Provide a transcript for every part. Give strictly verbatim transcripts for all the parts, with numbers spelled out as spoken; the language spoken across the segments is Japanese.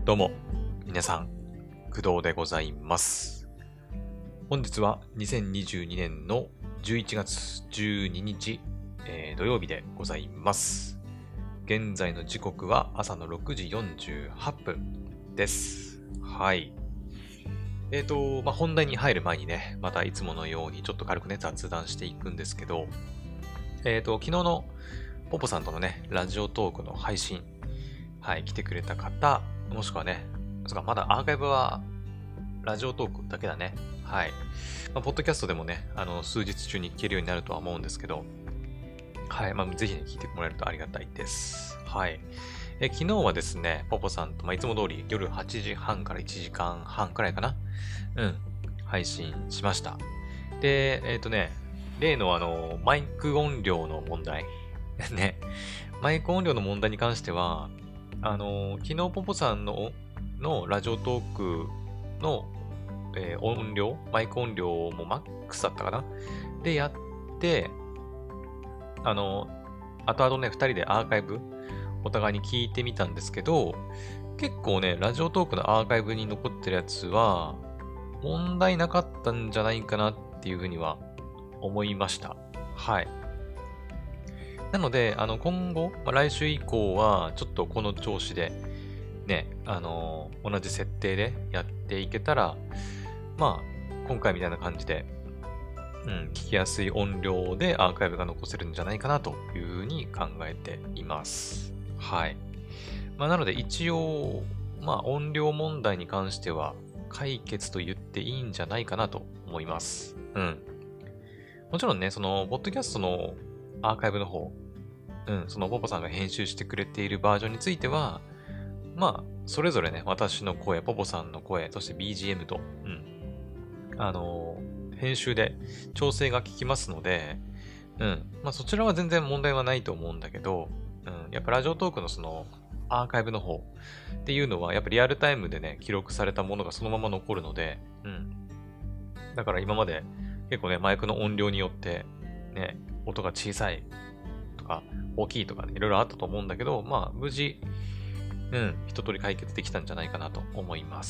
どうも、皆さん、工藤でございます。本日はにせんにじゅうにねんのじゅういちがつじゅうににち、えー土曜日でございます。現在の時刻は朝のろくじよんじゅうはっぷんです。はい。えっと、まあ、本題に入る前にね、またいつものようにちょっと軽くね、雑談していくんですけど、えっと、昨日のポポさんとのね、ラジオトークの配信、はい、来てくれた方、もしくはね、そうか、まだアーカイブはラジオトークだけだね。はい。まあ、ポッドキャストでもね、あの、数日中に聞けるようになるとは思うんですけど、はい。まあ、ぜひね、聞いてもらえるとありがたいです。はい。え、昨日はですね、ポポさんと、まあ、いつも通り夜はちじはんからいちじかんはんくらいかな。うん。配信しました。で、えっとね、例のあの、マイク音量の問題。ね。マイク音量の問題に関しては、あの、昨日ポポさんの、のラジオトークの、えー音量、マイク音量もマックスだったかなでやって、あの、後々ね、二人でアーカイブ、お互いに聞いてみたんですけど、結構ね、ラジオトークのアーカイブに残ってるやつは、問題なかったんじゃないかなっていうふうには思いました。はい。なので、あの、今後、まあ、来週以降は、ちょっとこの調子で、ね、あのー同じ設定でやっていけたら、まあ、今回みたいな感じで、うん、聞きやすい音量でアーカイブが残せるんじゃないかなというふうに考えています。はい。まあ、なので一応、まあ、音量問題に関しては解決と言っていいんじゃないかなと思います。うん。もちろんね、その、ポッドキャストのアーカイブの方、うん、そのポポさんが編集してくれているバージョンについては、まあ、それぞれね、私の声、ポポさんの声、そして ビージーエム と、うん、あのー編集で調整が効きますので、うん、まあそちらは全然問題はないと思うんだけど、うん、やっぱラジオトークのその、アーカイブの方っていうのは、やっぱリアルタイムでね、記録されたものがそのまま残るので、うん。だから今まで結構ね、マイクの音量によって、ね、音が小さいとか、大きいとかね、いろいろあったと思うんだけど、まあ、無事、うん、一通り解決できたんじゃないかなと思います。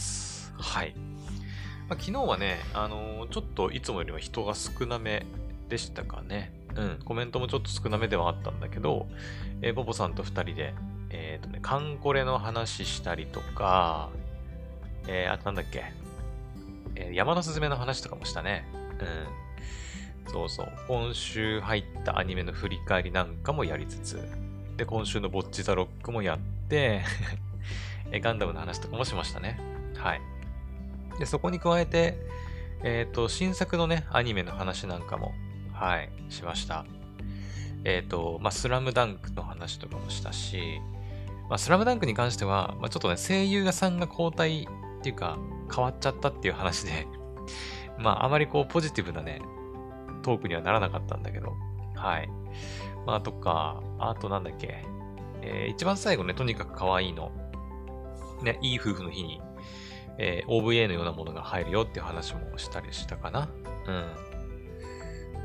はい。まあ、昨日はね、あのーちょっといつもよりは人が少なめでしたかね。うん、コメントもちょっと少なめではあったんだけど、えー、ポポさんと二人で、えっとね、カンコレの話したりとか、えー、あとなんだっけ、えー山のすずめの話とかもしたね。うん。そうそう。今週入ったアニメの振り返りなんかもやりつつ、で、今週のボッチザロックもやってえガンダムの話とかもしましたね。はい。で、そこに加えて、えっと、新作のね、アニメの話なんかも、はい、しました。えっと、まあ、スラムダンクの話とかもしたし、まあ、スラムダンクに関しては、まあ、ちょっとね、声優がさんが交代っていうか、変わっちゃったっていう話で、まあ、あまりこう、ポジティブなね、トークにはならなかったんだけど、はい。まあ、とか、あとなんだっけ、えー一番最後ね、とにかく可愛いの、ね、いい夫婦の日に、えー オーブイエー のようなものが入るよっていう話もしたりしたかな。うん。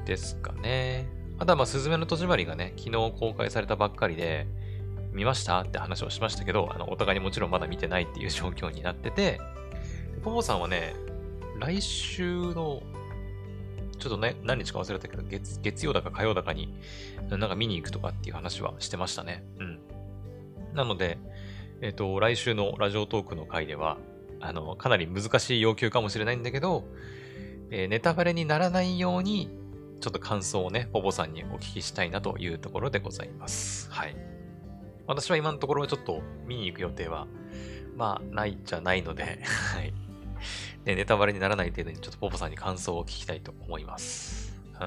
ですかね。あとは、まあ、すずめの戸締まりがね、昨日公開されたばっかりで、見ましたって話をしましたけど、あの、お互いにもちろんまだ見てないっていう状況になってて、ポポさんはね、来週の、ちょっとね、何日か忘れたけど、月、月曜だか火曜だかに、なんか見に行くとかっていう話はしてましたね。うん。なので、えっと、来週のラジオトークの回では、あの、かなり難しい要求かもしれないんだけど、えーネタバレにならないように、ちょっと感想をね、ポポさんにお聞きしたいなというところでございます。はい。私は今のところちょっと見に行く予定は、まあ、ないじゃないので、はい。で、ネタバレにならない程度にちょっとポポさんに感想を聞きたいと思います。うん。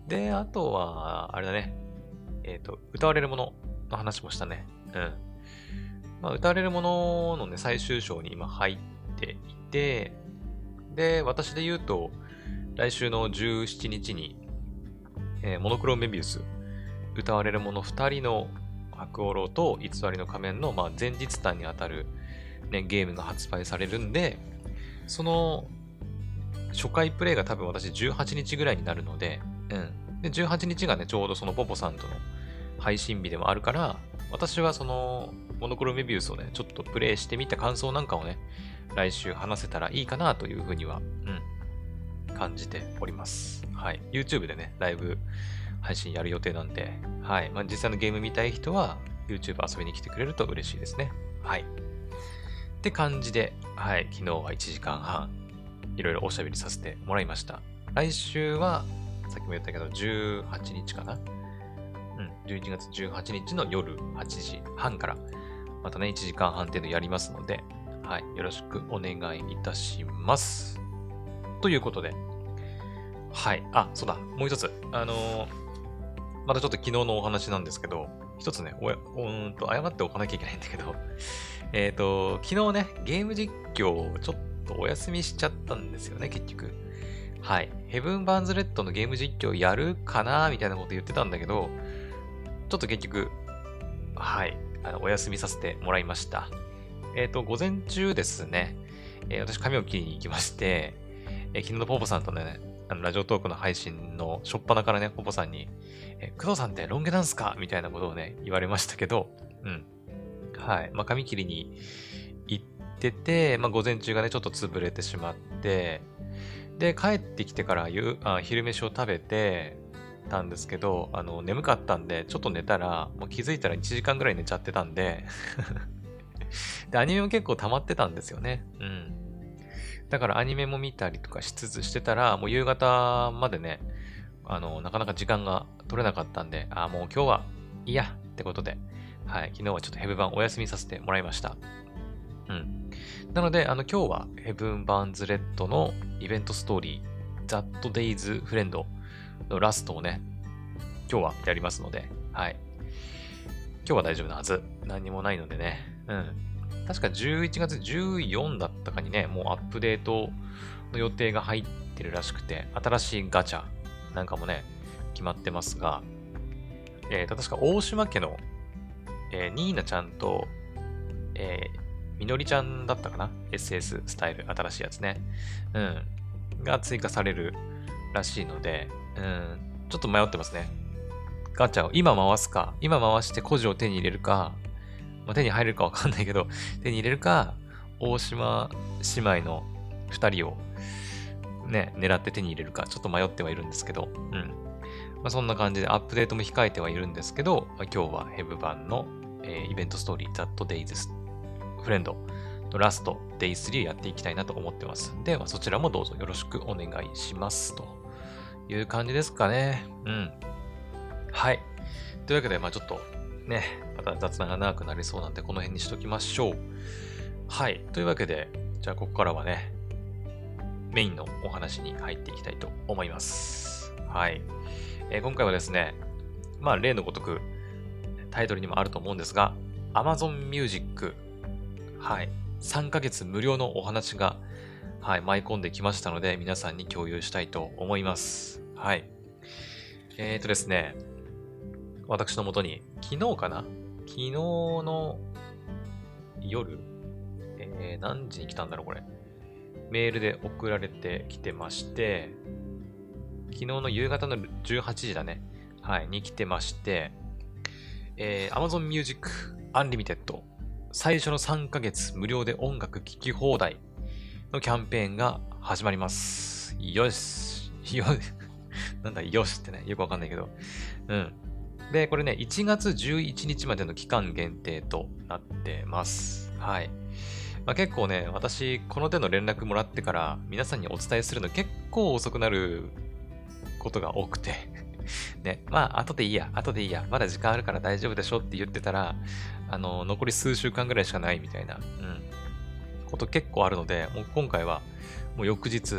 で、あとは、あれだね。えっと、歌われるものの話もしたね。うん。まあ、歌われるもののね、最終章に今入っていて、で、私で言うと、来週のじゅうしちにちに、えーモノクロメビウス、歌われるものふたりの白オロと偽りの仮面の、まあ、前日談にあたる、ね、ゲームが発売されるんで、その初回プレイが多分私じゅうはちにちぐらいになるので、うん。で、じゅうはちにちがね、ちょうどそのポポさんとの配信日でもあるから、 私はその、モノクロメビウスをね、ちょっとプレイしてみた感想なんかをね、来週話せたらいいかなというふうには、うん、感じております。はい。YouTube でね、ライブ配信やる予定なんで、はい。まあ、実際のゲーム見たい人は、YouTube 遊びに来てくれると嬉しいですね。はい。って感じで、はい。昨日はいちじかんはん、いろいろおしゃべりさせてもらいました。来週は、さっきも言ったけど、じゅうはちにちかな。うん。じゅういちがつじゅうはちにちの夜はちじはんから、またね、いちじかんはん程度やりますので、はい。よろしくお願いいたします。ということで、はい。あ、そうだ。もう一つ。あのー、またちょっと昨日のお話なんですけど、一つね、おや、うーんと、謝っておかなきゃいけないんだけど、えっと、昨日ね、ゲーム実況をちょっとお休みしちゃったんですよね、結局。はい。ヘブン・バーンズ・レッドのゲーム実況やるかなみたいなこと言ってたんだけど、ちょっと結局、はい。あのお休みさせてもらいました。えっと、午前中ですね、えー私髪を切りに行きまして、えー昨日のポポさんとね、あのラジオトークの配信の初っ端からね、ポポさんに、えー工藤さんってロン毛なんすかみたいなことをね、言われましたけど、うん。はい。まあ、髪切りに行ってて、まあ、午前中がね、ちょっと潰れてしまって、で、帰ってきてから夕あ昼飯を食べてたんですけど、あの、眠かったんで、ちょっと寝たら、もう気づいたらいちじかんぐらい寝ちゃってたんでで、アニメも結構溜まってたんですよね。うん。だからアニメも見たりとかしつつしてたら、もう夕方までね、あの、なかなか時間が取れなかったんで、あ、もう今日はいいやってことで、はい、昨日はちょっとヘブ版お休みさせてもらいました。うん。なので、あの、今日はヘブン・バーンズ・レッドのイベントストーリー、That Days Friend のラストをね、今日はやりますので、はい。今日は大丈夫なはず。何もないのでね。うん。確かじゅういちがつじゅうよっかだったかにね、もうアップデートの予定が入ってるらしくて、新しいガチャなんかもね、決まってますが、えーと、確か大島家の、えーニーナちゃんと、えー、みのりちゃんだったかな ?エスエス スタイル、新しいやつね。うん。が追加されるらしいので、うん。ちょっと迷ってますね。ガチャを今回すか、今回して古事を手に入れるか、まあ、手に入れるかわかんないけど、手に入れるか、大島姉妹の二人をね、狙って手に入れるか、ちょっと迷ってはいるんですけど、うん。まあ、そんな感じでアップデートも控えてはいるんですけど、まあ、今日はヘブ版の、えーイベントストーリー That Days Friend のラスト デイスリー をやっていきたいなと思ってますんで、まあ、そちらもどうぞよろしくお願いしますという感じですかね。うん。はい。というわけで、まあちょっとね、また雑談が長くなりそうなんで、この辺にしときましょう。はい。というわけで、じゃあここからはね、メインのお話に入っていきたいと思います。はい。えー今回はですね、まあ例のごとくタイトルにもあると思うんですが、Amazon Music、はい。さんかげつ無料のお話が、はい、舞い込んできましたので、皆さんに共有したいと思います。はい。えーとですね、私のもとに、昨日かな昨日の夜、えー、何時に来たんだろう、これ。メールで送られてきてまして、昨日の夕方のじゅうはちじだね。はい、に来てまして、えー、Amazon Music Unlimited 最初のさんかげつ無料で音楽聴き放題のキャンペーンが始まります。よし。よなんだ、よしってね、よくわかんないけど。うん。で、これね、いちがつじゅういちにちまでの期間限定となってます。はい。まあ、結構ね、私、この手の連絡もらってから皆さんにお伝えするの結構遅くなることが多くてね、まあ、後でいいや、後でいいや、まだ時間あるから大丈夫でしょって言ってたら、あの、残り数週間ぐらいしかないみたいな、うん、こと結構あるので、もう今回は、もう翌日、うん、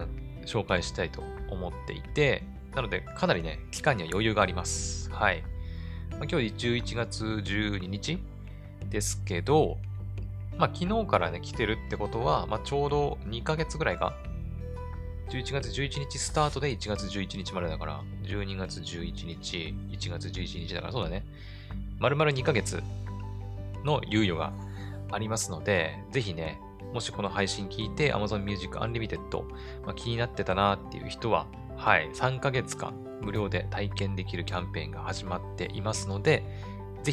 紹介したいと思っていて、なので、かなりね、期間には余裕があります。はい。まあ、今日じゅういちがつじゅうににちですけど、まあ、昨日からね、来てるってことは、まあ、ちょうどにかげつぐらいか。じゅういちがつじゅういちにちスタートでいちがつじゅういちにちまでだから、じゅうにがつじゅういちにち、いちがつじゅういちにちだから、そうだね。丸々にかげつの猶予がありますので、ぜひね、もしこの配信聞いて Amazon Music Unlimited、まあ、気になってたなっていう人は、はい、さんかげつかん無料で体験できるキャンペーンが始まっていますので、ぜひ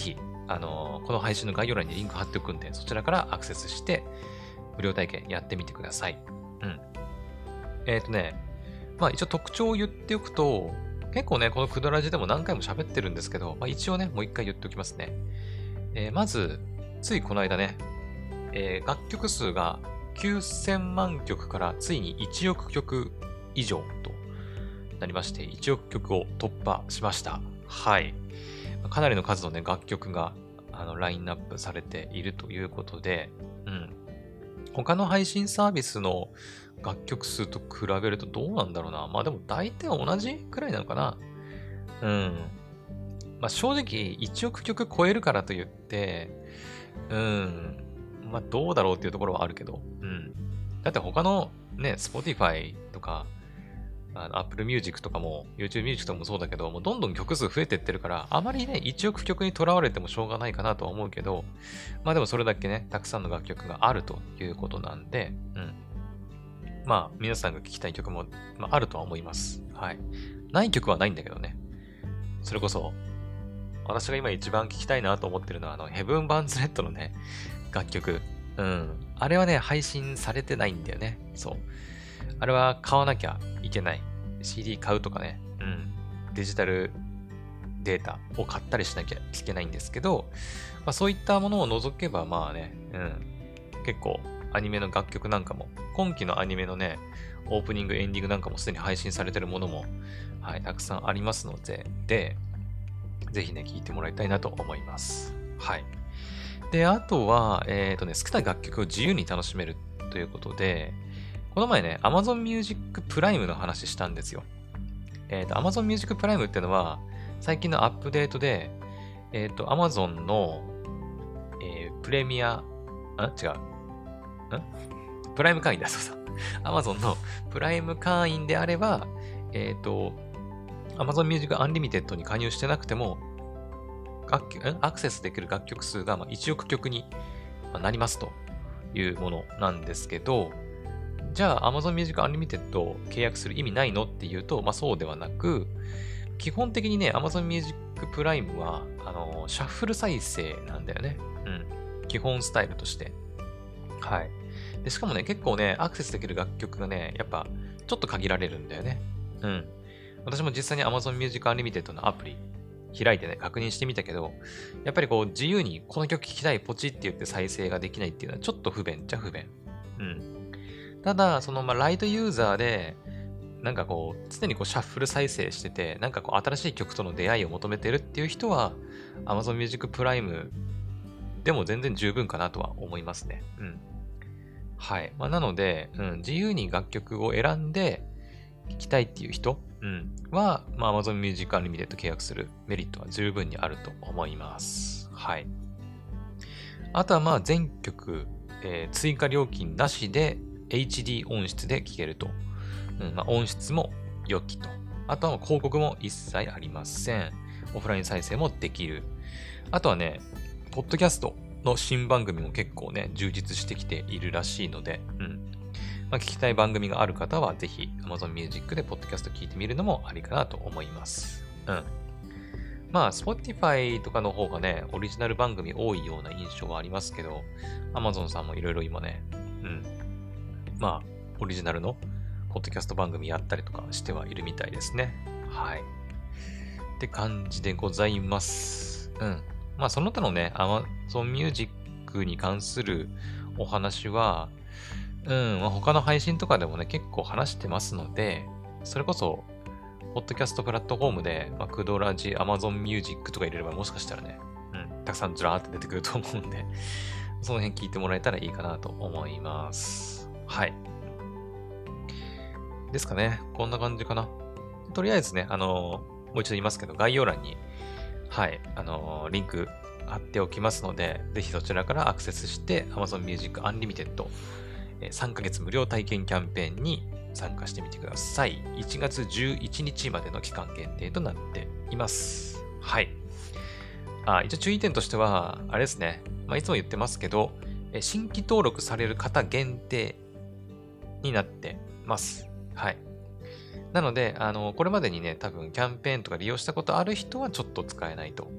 あのーこの配信の概要欄にリンク貼っておくんで、そちらからアクセスして、無料体験やってみてください。うん。えっ、ー、とね、まあ一応特徴を言っておくと、結構ね、このクドラジでも何回も喋ってるんですけど、まあ一応ね、もう一回言っておきますね。えーまず、ついこの間ね、えー楽曲数がきゅうせんまんきょくからついにいちおくきょく以上となりまして、いちおくきょくを突破しました。はい。かなりの数のね、楽曲があのラインナップされているということで、うん。他の配信サービスの楽曲数と比べるとどうなんだろうな。まあでも大体同じくらいなのかな。うん。まあ正直いちおくきょく超えるからといって、うん。まあどうだろうっていうところはあるけど、うん。だって他のね、Spotify とか、あの Apple Music とかも YouTube Music とかもそうだけど、もうどんどん曲数増えてってるから、あまりね、いちおくきょくにとらわれてもしょうがないかなとは思うけど、まあでもそれだけね、たくさんの楽曲があるということなんで、うん。まあ皆さんが聴きたい曲も、まあ、あるとは思います。はい。ない曲はないんだけどね。それこそ、私が今一番聴きたいなと思ってるのは、あの、ヘブン・バンズ・レッドのね、楽曲。うん。あれはね、配信されてないんだよね。そう。あれは買わなきゃいけない。シーディー 買うとかね。うん。デジタルデータを買ったりしなきゃいけないんですけど、まあ、そういったものを除けば、まあね、うん。結構、アニメの楽曲なんかも、今期のアニメのね、オープニング、エンディングなんかもすでに配信されてるものも、はい、たくさんありますので、で、ぜひね、聴いてもらいたいなと思います。はい。で、あとは、えっとね、好きな楽曲を自由に楽しめるということで、この前ね、Amazon Music Prime の話したんですよ。えっと、Amazon Music Prime っていうのは、最近のアップデートで、えっと、Amazon の、えープレミア、ん違う。んプライム会員だ、そうそう。Amazon のプライム会員であれば、えっと、Amazon Music Unlimited に加入してなくても、楽曲、アクセスできる楽曲数がまあいちおくきょくになりますというものなんですけど、じゃあ Amazon Music Unlimited を契約する意味ないのっていうと、まあそうではなく、基本的にね、Amazon Music Prime は、あの、シャッフル再生なんだよね。うん。基本スタイルとして。はい。で、しかもね、結構ね、アクセスできる楽曲がね、やっぱ、ちょっと限られるんだよね。うん。私も実際に Amazon Music Unlimited のアプリ開いてね、確認してみたけど、やっぱりこう、自由にこの曲聴きたい、ポチって言って再生ができないっていうのはちょっと不便っちゃ不便。うん。ただ、その、まあ、ライトユーザーで、なんかこう、常にこう、シャッフル再生してて、なんかこう、新しい曲との出会いを求めてるっていう人は、Amazon Music Prime でも全然十分かなとは思いますね。うん。はい。まあ、なので、うん、自由に楽曲を選んで聴きたいっていう人、うん、は、まあ、Amazon Music Unlimited 契約するメリットは十分にあると思います。はい。あとはまあ、全曲、えー追加料金なしで エイチディー 音質で聴けると。うんまあ、音質も良きと。あとは広告も一切ありません。オフライン再生もできる。あとはね、ポッドキャストの新番組も結構ね、充実してきているらしいので、うん。まあ、聞きたい番組がある方は、ぜひ Amazon Music でポッドキャスト聞いてみるのもありかなと思います。うん。まあ、Spotify とかの方がね、オリジナル番組多いような印象はありますけど、Amazon さんもいろいろ今ね、うん。まあ、オリジナルのポッドキャスト番組やったりとかしてはいるみたいですね。はい。って感じでございます。うん。まあ、その他のね、Amazon Music に関するお話は、うん、まあ、他の配信とかでもね、結構話してますので、それこそ、ポッドキャストプラットフォームで、まあ、クドラジ、Amazon Music とか入れればもしかしたらね、うん、たくさんずらーって出てくると思うんで、その辺聞いてもらえたらいいかなと思います。はい。ですかね。こんな感じかな。とりあえずね、あのーもう一度言いますけど、概要欄に、はい、あのーリンク貼っておきますので、ぜひそちらからアクセスして、Amazon Music Unlimited、えーさんかげつ無料体験キャンペーンに参加してみてください。いちがつじゅういちにちまでの期間限定となっています。はい。あ、一応注意点としては、あれですね。まあ、いつも言ってますけど、え新規登録される方限定になってます。はい。なので、あの、これまでにね、多分キャンペーンとか利用したことある人はちょっと使えないと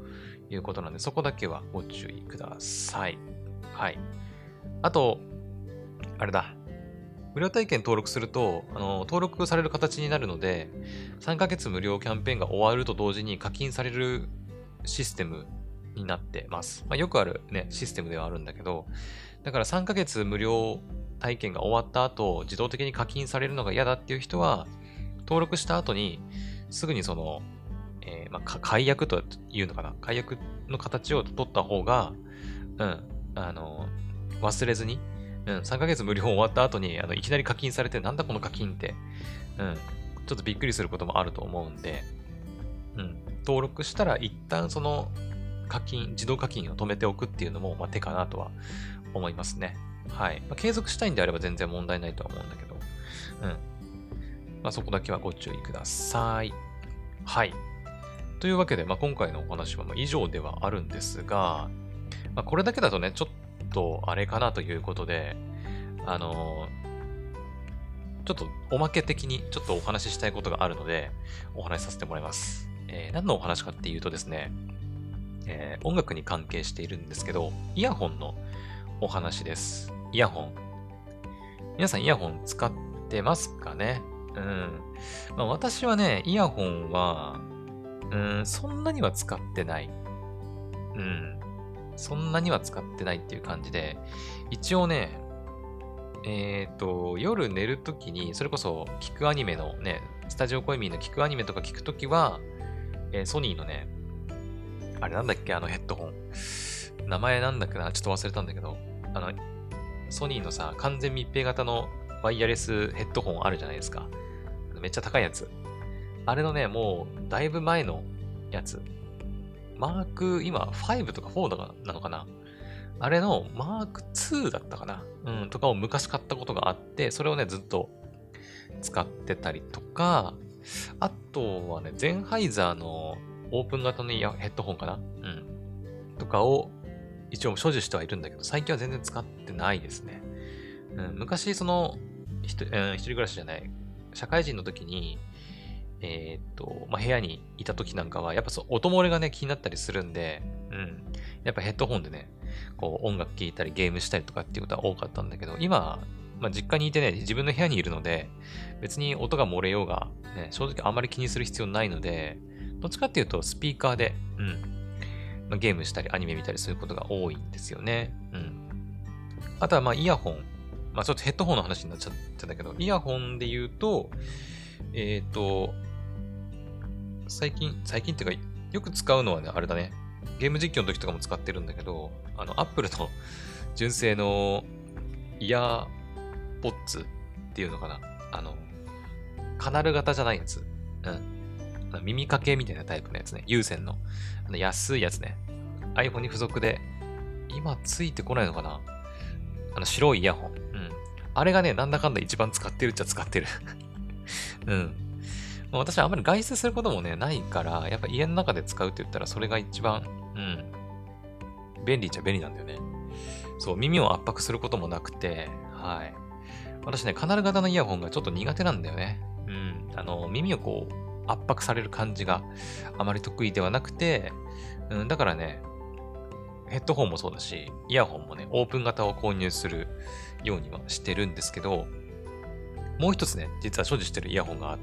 いうことなんで、そこだけはご注意ください。はい。あと、あれだ。無料体験登録すると、あの、登録される形になるので、さんかげつ無料キャンペーンが終わると同時に課金されるシステムになってます。まあ、よくあるね、システムではあるんだけど、だからさんかげつ無料体験が終わった後、自動的に課金されるのが嫌だっていう人は、登録した後に、すぐにその、えーまあ、解約というのかな。解約の形を取った方が、うん、あの、忘れずに、うん、さんかげつ無料終わった後に、あの、いきなり課金されて、なんだこの課金って、うん、ちょっとびっくりすることもあると思うんで、うん、登録したら一旦その課金、自動課金を止めておくっていうのも、まあ、手かなとは思いますね。はい。まあ、継続したいんであれば全然問題ないとは思うんだけど、うん。まあ、そこだけはご注意ください。はい。というわけで、まあ、今回のお話はまあ以上ではあるんですが、まあ、これだけだとね、ちょっとあれかなということで、あのー、ちょっとおまけ的にちょっとお話ししたいことがあるので、お話しさせてもらいます。えー、何のお話かっていうとですね、えー、音楽に関係しているんですけど、イヤホンのお話です。イヤホン。皆さんイヤホン使ってますかね？うん。まあ、私はね、イヤホンは、うん、そんなには使ってない。うん。そんなには使ってないっていう感じで、一応ね、えっと、夜寝るときに、それこそ聞くアニメのね、スタジオコイミーの聞くアニメとか聞くときは、えーソニーのね、あれなんだっけ、あのヘッドホン。名前なんだっけな、ちょっと忘れたんだけど、あの、ソニーのさ、完全密閉型のワイヤレスヘッドホンあるじゃないですか。めっちゃ高いやつ。あれのね、もう、だいぶ前のやつ。マーク、今、ファイブとかフォーとかなのかな、あれのマークツーだったかな、うん、とかを昔買ったことがあって、それをね、ずっと使ってたりとか、あとはね、ゼンハイザーのオープン型のイヤヘッドホンかな、うん。とかを一応所持してはいるんだけど、最近は全然使ってないですね。うん、昔、その、ひと、うん、一人暮らしじゃない、社会人の時に、えーっと、まあ、部屋にいた時なんかは、やっぱそう、音漏れがね、気になったりするんで、うん。やっぱヘッドホンでね、こう、音楽聴いたりゲームしたりとかっていうことは多かったんだけど、今、まあ、実家にいてね、自分の部屋にいるので、別に音が漏れようが、ね、正直あんまり気にする必要ないので、どっちかっていうと、スピーカーで、うん。まあ、ゲームしたり、アニメ見たりすることが多いんですよね。うん。あとは、まあ、イヤホン。まあ、ちょっとヘッドホンの話になっちゃったんだけど、イヤホンで言うと、えっと、最近、最近っていうか、よく使うのはね、あれだね。ゲーム実況の時とかも使ってるんだけど、あの、Apple の純正のイヤーポッツっていうのかな。あの、カナル型じゃないやつ。うん。耳掛けみたいなタイプのやつね。有線の。あの安いやつね。iPhone に付属で、今ついてこないのかな。あの、白いイヤホン。うん。あれがね、なんだかんだ一番使ってるっちゃ使ってる。うん。まあ私はあんまり外出することもね、ないから、やっぱ家の中で使うって言ったらそれが一番、うん、便利っちゃ便利なんだよね。そう、耳を圧迫することもなくて、はい。私ね、カナル型のイヤホンがちょっと苦手なんだよね。うん。あの、耳をこう、圧迫される感じがあまり得意ではなくて、うん、だからね、ヘッドホンもそうだし、イヤホンもね、オープン型を購入するようにはしてるんですけど、もう一つね、実は所持してるイヤホンがあって、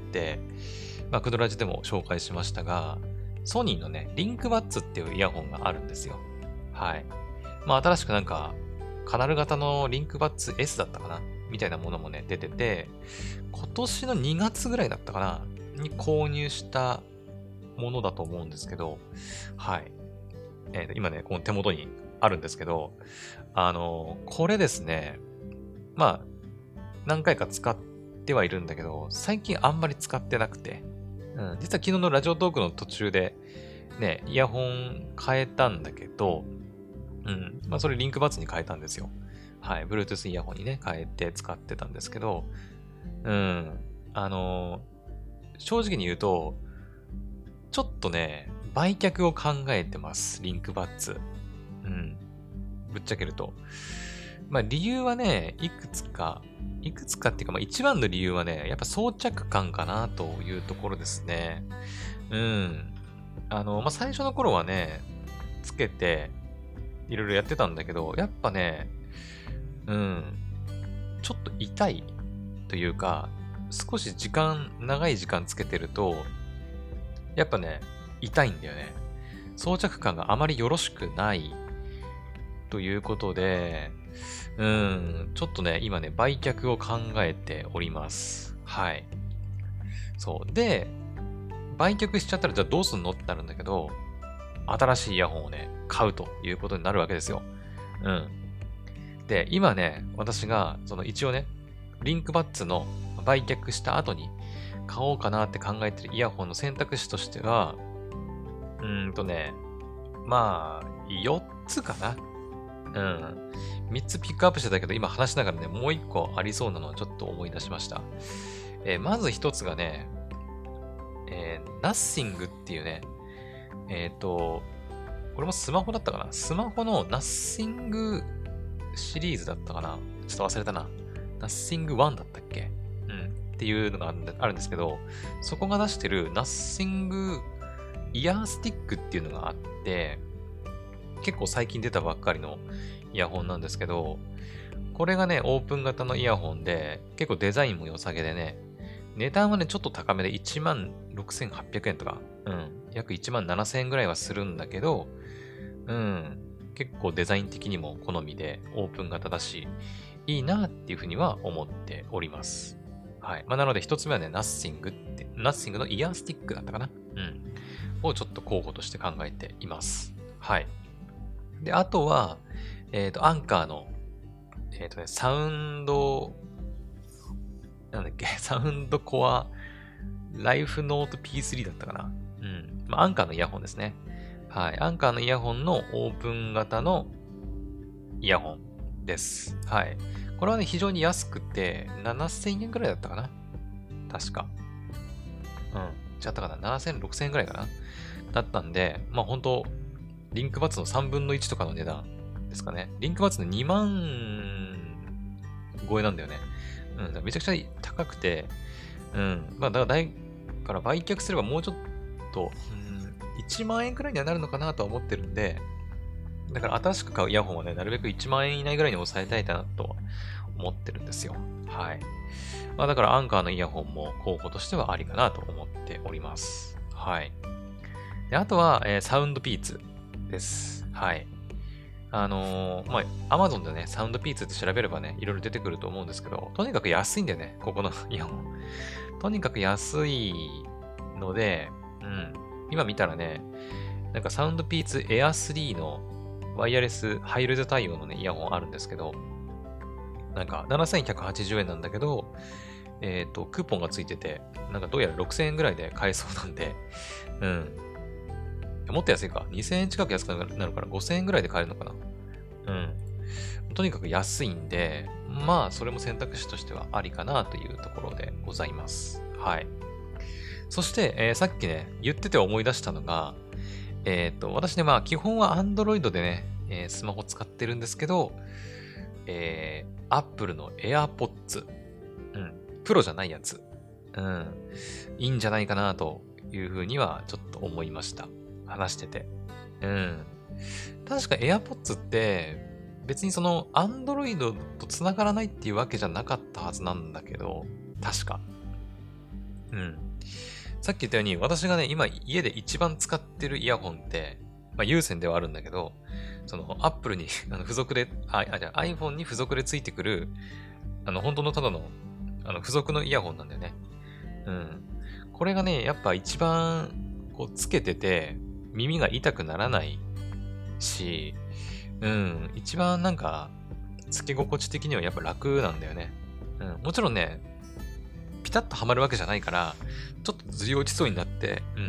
まあ、クドラジでも紹介しましたが、ソニーのね、リンクバッツっていうイヤホンがあるんですよ。はい。まあ、新しくなんか、カナル型のリンクバッツ S だったかなみたいなものもね、出てて、今年のにがつぐらいだったかなに購入したものだと思うんですけど、はい。えー、今ね、この手元にあるんですけど、あのー、これですね、まあ、何回か使ってはいるんだけど、最近あんまり使ってなくて、うん、実は昨日のラジオトークの途中で、ね、イヤホン変えたんだけど、うん、まあそれリンクバッツに変えたんですよ。はい、Bluetooth イヤホンにね、変えて使ってたんですけど、うん、あのー、正直に言うと、ちょっとね、売却を考えてます、リンクバッツ。うん、ぶっちゃけると。まあ理由はね、いくつか、いくつかっていうか、まあ一番の理由はね、やっぱ装着感かなというところですね。うん。あの、まあ最初の頃はね、 つけて、いろいろやってたんだけど、やっぱね、うん、ちょっと痛いというか、少し時間、長い時間つけてると、やっぱね、痛いんだよね。装着感があまりよろしくないということで、うん、ちょっとね、今ね、売却を考えております。はい。そう。で、売却しちゃったらじゃあどうすんのってなるんだけど、新しいイヤホンをね、買うということになるわけですよ。うん。で、今ね、私が、その一応ね、リンクバッツの売却した後に買おうかなって考えてるイヤホンの選択肢としては、うーんとね、まあ、よっつかな。うん。みっつピックアップしてたけど、今話しながらね、もういっこありそうなのをちょっと思い出しました。えーまずひとつがね、えー、Nothing っていうね、えっと、これもスマホだったかなスマホの Nothing シリーズだったかなちょっと忘れたな。Nothing ワンだったっけうん。っていうのがあるんであるんですけど、そこが出してる Nothing イヤースティックっていうのがあって、結構最近出たばっかりのイヤホンなんですけど、これがね、オープン型のイヤホンで、結構デザインも良さげでね、値段はね、ちょっと高めでいちまんろくせんはっぴゃくえんとか、うん、約いちまんななせんえんぐらいはするんだけど、うん、結構デザイン的にも好みで、オープン型だし、いいなっていうふうには思っております。はい。まあ、なので一つ目はね、Nothing って、Nothing のイヤースティックだったかなうん。をちょっと候補として考えています。はい。で、あとは、えっと、アンカーの、えっとね、サウンド、なんだっけ、サウンドコアライフノート ピースリー だったかな。うん。まあ、アンカーのイヤホンですね。はい。アンカーのイヤホンのオープン型のイヤホンです。はい。これはね、非常に安くて、ななせんえんくらいだったかな。確か。うん。違ったかな。ななせん、ろくせんえんくらいかな。だったんで、まあ本当リンクバッツのさんぶんのいちとかの値段ですかね。リンクバッツのにまん超えなんだよね。うん。めちゃくちゃ高くて、うん。まあ、だから、だから売却すればもうちょっと、うん、いちまん円くらいにはなるのかなとは思ってるんで、だから新しく買うイヤホンはね、なるべくいちまん円以内ぐらいに抑えたいなと思ってるんですよ。はい。まあ、だからアンカーのイヤホンも候補としてはありかなと思っております。はい。で、あとは、えーサウンドピーツです。はい。あのー、まあ、Amazon でね、サウンドピーツって調べればね、いろいろ出てくると思うんですけど、とにかく安いんだよね、ここのイヤホン。とにかく安いので、うん。今見たらね、なんかサウンドピーツ エアスリー のワイヤレスハイレゾ対応のね、イヤホンあるんですけど、なんかななせんひゃくはちじゅうえんなんだけど、えっと、クーポンがついてて、なんかどうやらろくせんえんぐらいで買えそうなんで、うん。もっと安いか。にせんえん近く安くなるからごせんえんぐらいで買えるのかな。うん。とにかく安いんで、まあ、それも選択肢としてはありかなというところでございます。はい。そして、えーさっきね、言ってて思い出したのが、えっと、私ね、まあ、基本は Android でね、えースマホ使ってるんですけど、えー、Apple の AirPods。うん。プロじゃないやつ。うん。いいんじゃないかなというふうにはちょっと思いました。話してて。うん。確か AirPods って別にその Android と繋がらないっていうわけじゃなかったはずなんだけど、確か。うん。さっき言ったように私がね、今家で一番使ってるイヤホンって、まあ有線ではあるんだけど、その Apple にあの付属で、あ、あじゃあ iPhone に付属でついてくる、あの本当のただのあの付属のイヤホンなんだよね。うん。これがね、やっぱ一番こうつけてて耳が痛くならないし、うん、一番なんか、つけ心地的にはやっぱ楽なんだよね。うん、もちろんね、ピタッとはまるわけじゃないから、ちょっとずり落ちそうになって、うん、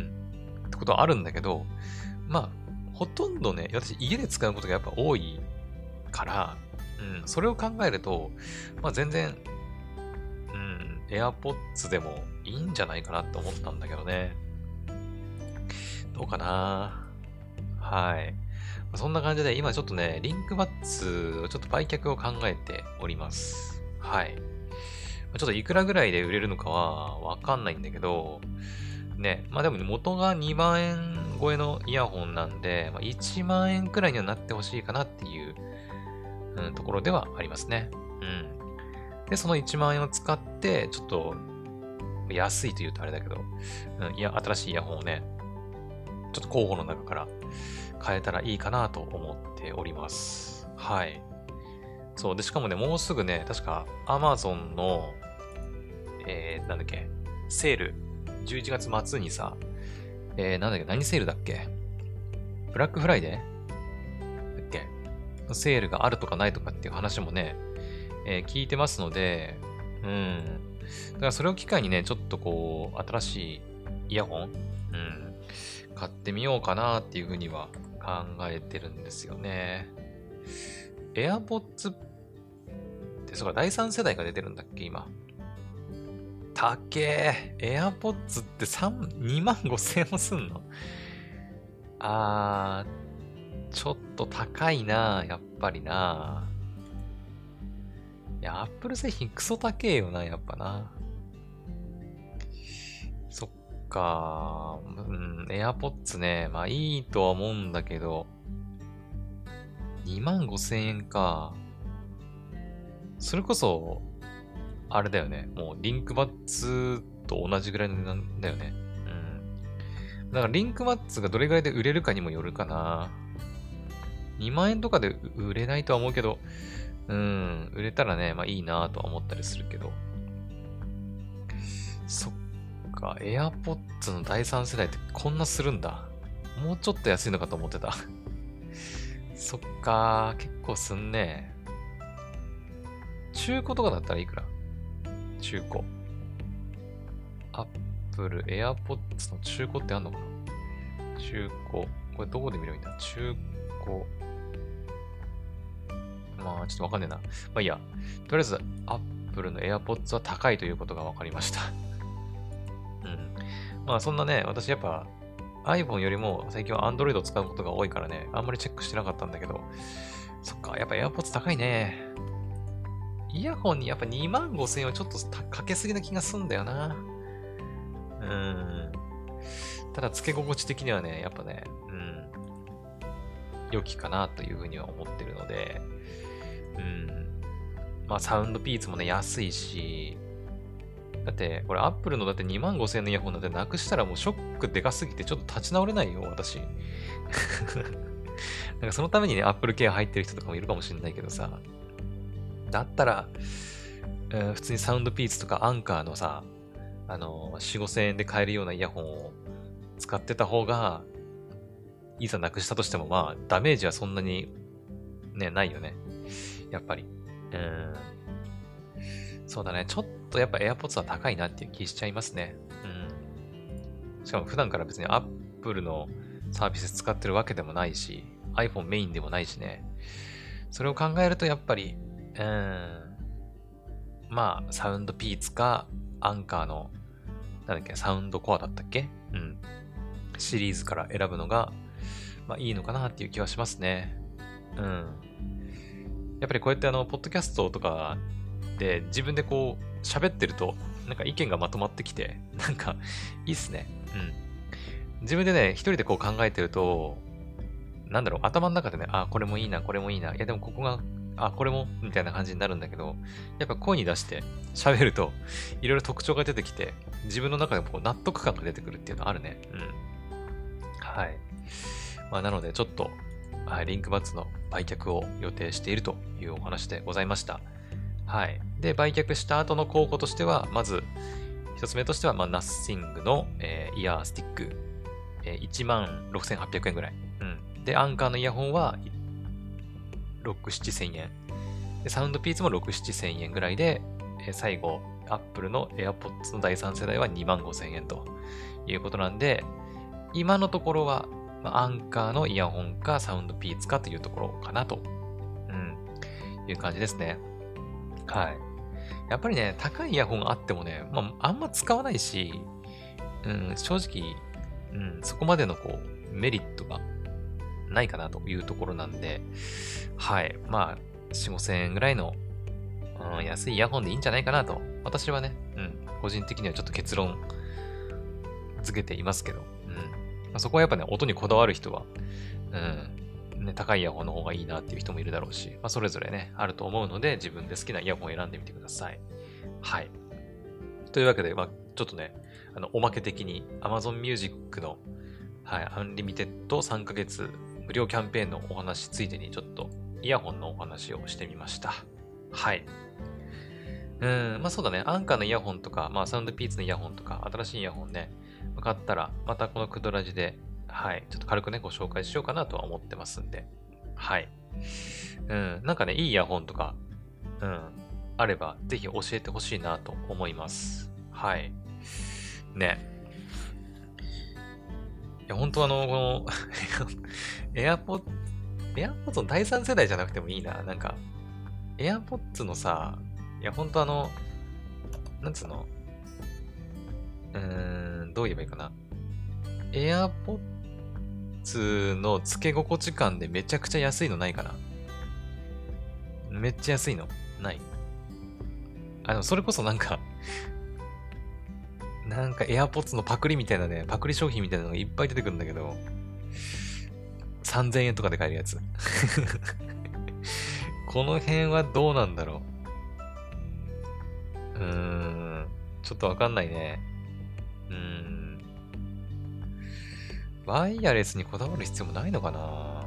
ってことはあるんだけど、まあ、ほとんどね、私家で使うことがやっぱ多いから、うん、それを考えると、まあ全然、うん、AirPods でもいいんじゃないかなって思ったんだけどね。どうかな。はい。そんな感じで、今ちょっとね、リンクバッツをちょっと売却を考えております。はい。ちょっといくらぐらいで売れるのかはわかんないんだけど、 ね、まあでもね、元がにまんえん超えのイヤホンなんで、まあ、いちまんえんくらいにはなってほしいかなっていう、うん、ところではありますね。うん。で、そのいちまんえんを使って、ちょっと、安いと言うとあれだけど、うん、いや、新しいイヤホンをね、ちょっと候補の中から変えたらいいかなと思っております。はい。そう。で、しかもね、もうすぐね、確か Amazon の、えー、なんだっけ、セール、じゅういちがつ末にさ、えー、なんだっけ、何セールだっけ、ブラックフライデーだっけセールがあるとかないとかっていう話もね、えー聞いてますので、うん。だからそれを機会にね、ちょっとこう、新しいイヤホン、うん、買ってみようかなっていうふうには考えてるんですよね。AirPods って、そうか、だいさん世代が出てるんだっけ、今。たっけー。AirPods ってさん、にまんごせん円もすんの？あー、ちょっと高いな、やっぱりな。いや、Apple 製品クソ高えよな、やっぱな。そっか。うん、AirPods ね。まあいいとは思うんだけど、にまんごせん円か。それこそ、あれだよね。もうリンクバッツと同じぐらいの値段だよね。うん。だからリンクバッツがどれぐらいで売れるかにもよるかな。にまん円とかで売れないとは思うけど、うん、売れたらね、まあいいなとは思ったりするけど。そっか、AirPods のだいさん世代ってこんなするんだ。もうちょっと安いのかと思ってた。そっか、結構すんね。中古とかだったらいくら？中古。Apple AirPods の中古ってあんのかな？中古。これどこで見ればいいんだ？中古。まあ、ちょっとわかんねえな。まあいいや。とりあえず、Apple の AirPods は高いということがわかりました。うん。まあそんなね、私やっぱ iPhone よりも最近は Android を使うことが多いからね、あんまりチェックしてなかったんだけど、そっか、やっぱ AirPods 高いね。イヤホンにやっぱにまんごせん円はちょっとかけすぎな気がすんだよな。うーん。ただ、付け心地的にはね、やっぱね、うん、良きかなというふうには思ってるので、うん。まあ、サウンドピーツもね、安いし、だって、これ Apple のだってにまんごせん円のイヤホンなんてなくしたらもうショックでかすぎてちょっと立ち直れないよ、私。なんかそのためにね、Apple Care 入ってる人とかもいるかもしれないけどさ。だったら、えー普通にサウンドピーツとかアンカーのさ、あのー、よん、ごせん円で買えるようなイヤホンを使ってた方が、いざなくしたとしてもまあ、ダメージはそんなにね、ないよね。やっぱり。うーん。そうだね。ちょっとやっぱ AirPods は高いなっていう気しちゃいますね。うん。しかも普段から別に Apple のサービス使ってるわけでもないし、iPhone メインでもないしね。それを考えるとやっぱり、うーん。まあ、サウンドピーツか、アンカーの、なんだっけ、サウンドコアだったっけ？うん。シリーズから選ぶのが、まあいいのかなっていう気はしますね。うん。やっぱりこうやってあの、ポッドキャストとかで自分でこう、喋ってると、なんか意見がまとまってきて、なんか、いいっすね。うん。自分でね、一人でこう考えてると、なんだろう、頭の中でね、あ、これもいいな、これもいいな。いや、でもここが、あ、これも、みたいな感じになるんだけど、やっぱ声に出して喋ると、いろいろ特徴が出てきて、自分の中でもこう納得感が出てくるっていうのあるね。うん。はい。まあ、なので、ちょっと、はい、リンクバッツの売却を予定しているというお話でございました。はい。で、売却した後の候補としては、まず、一つ目としては、まあ、ナッシングの、えーイヤースティック、えーいちまんろくせんはっぴゃくえんぐらい。うん。で、アンカーのイヤホンは、ろく、ななせんえん。で、サウンドピーツもろく、ななせんえんぐらいで、えー最後、Apple の AirPods のだいさん世代はにまんごせんえんということなんで、今のところは、まあ、アンカーのイヤホンかサウンドピーツかというところかなと、うん、いう感じですね。はい。やっぱりね、高いイヤホンあってもね、まあ、あんま使わないし、うん、正直、うん、そこまでのこう、メリットがないかなというところなんで、はい。まあ、よん、ごせん円ぐらいの、うん、安いイヤホンでいいんじゃないかなと。私はね、うん、個人的にはちょっと結論続けていますけど、うん。まあ、そこはやっぱね、音にこだわる人は、うん、ね、高いイヤホンの方がいいなっていう人もいるだろうし、まあ、それぞれね、あると思うので、自分で好きなイヤホンを選んでみてください。はい。というわけで、まあ、ちょっとね、あの、おまけ的に Amazon Music の、はい、アンリミテッドさんかげつ無料キャンペーンのお話ついでにちょっとイヤホンのお話をしてみました。はい。うん、まあそうだね。アンカーのイヤホンとか、まあサウンドピーツのイヤホンとか、新しいイヤホンね、買ったら、またこのクドラジで、はい、ちょっと軽くね、ご紹介しようかなとは思ってますんで。はい。うん、なんかね、いいイヤホンとか、うん、あれば、ぜひ教えてほしいなと思います。はい。ね。いや、本当あの、このエアポッ、エアポッツのだいさん世代じゃなくてもいいな。なんか、エアポッツのさ、いや、ほんとあの、なんつうのうーん、どう言えばいいかな。エアポッツの付け心地感でめちゃくちゃ安いのないかな。めっちゃ安いのない。あの、それこそなんかなんかエアポッツのパクリみたいなね、パクリ商品みたいなのがいっぱい出てくるんだけど、さんぜんえんとかで買えるやつ。この辺はどうなんだろう。うーん、ちょっとわかんないね。うーん。ワイヤレスにこだわる必要もないのかな。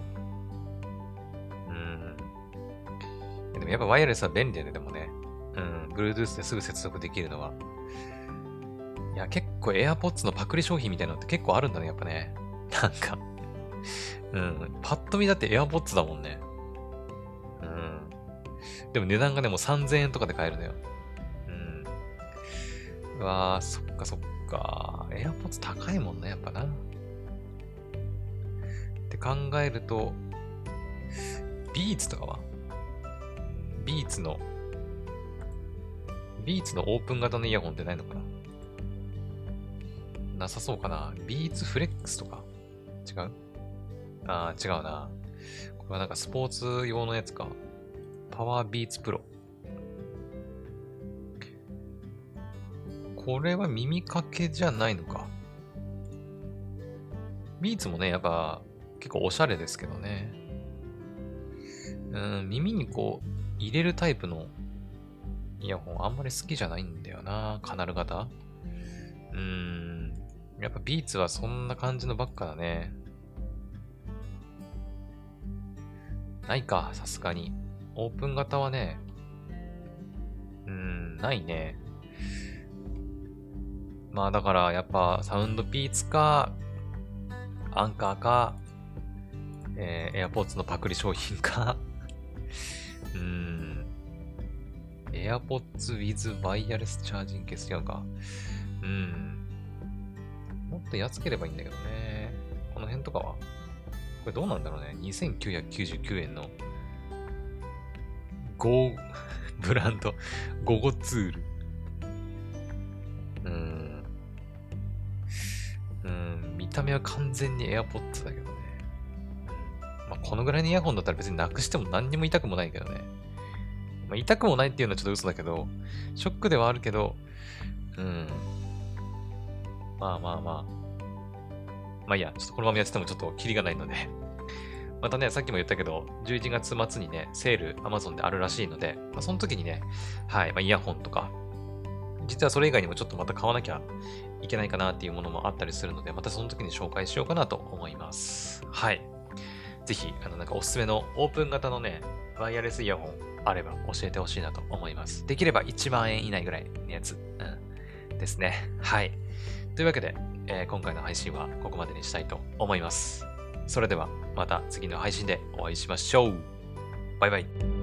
うーん。でもやっぱワイヤレスは便利だよね、でもね。うん。Bluetooth ですぐ接続できるのは。いや、結構 AirPods のパクリ商品みたいなのって結構あるんだね、やっぱね。なんかうん。パッと見だって AirPods だもんね。うん。でも値段がね、もうさんぜんえんとかで買えるのよ。うん。うわー、そっかそっか。AirPods 高いもんね、やっぱな。って考えると、ビーツとかはビーツの、ビーツのオープン型のイヤホンってないのかななさそうかな。ビーツフレックスとか違うああ、違うな。これはなんかスポーツ用のやつか。パワービーツプロ。これは耳掛けじゃないのか。ビーツもね、やっぱ結構おしゃれですけどね。うん、耳にこう入れるタイプのイヤホンあんまり好きじゃないんだよな。カナル型。うーん。やっぱビーツはそんな感じのばっかだね。ないか、さすがに。オープン型はね、うーん、ないね。まあだからやっぱサウンドピーツか、アンカーか、えー、AirPods のパクリ商品か。うーん。AirPods with Wireless Charging Case 違うか。うーん。もっと安ければいいんだけどね。この辺とかはこれどうなんだろうね。にせんきゅうひゃくきゅうじゅうきゅうえんのゴー、ブランド、ゴゴツール。うーん。うーん。見た目は完全に AirPods だけどね。まあ、このぐらいのイヤホンだったら別になくしても何にも痛くもないけどね。まあ、痛くもないっていうのはちょっと嘘だけど、ショックではあるけど、うん。まあまあまあ。まあいいや、ちょっとこのままやっててもちょっとキリがないので。またね、さっきも言ったけど、じゅういちがつ末にね、セール Amazon であるらしいので、まあ、その時にね、はい、まあ、イヤホンとか、実はそれ以外にもちょっとまた買わなきゃいけないかなっていうものもあったりするので、またその時に紹介しようかなと思います。はい。ぜひ、あの、なんかおすすめのオープン型のね、ワイヤレスイヤホンあれば教えてほしいなと思います。できればいちまんえん以内ぐらいのやつ、うん、ですね。はい。というわけで、えー今回の配信はここまでにしたいと思います。それではまた次の配信でお会いしましょう。バイバイ。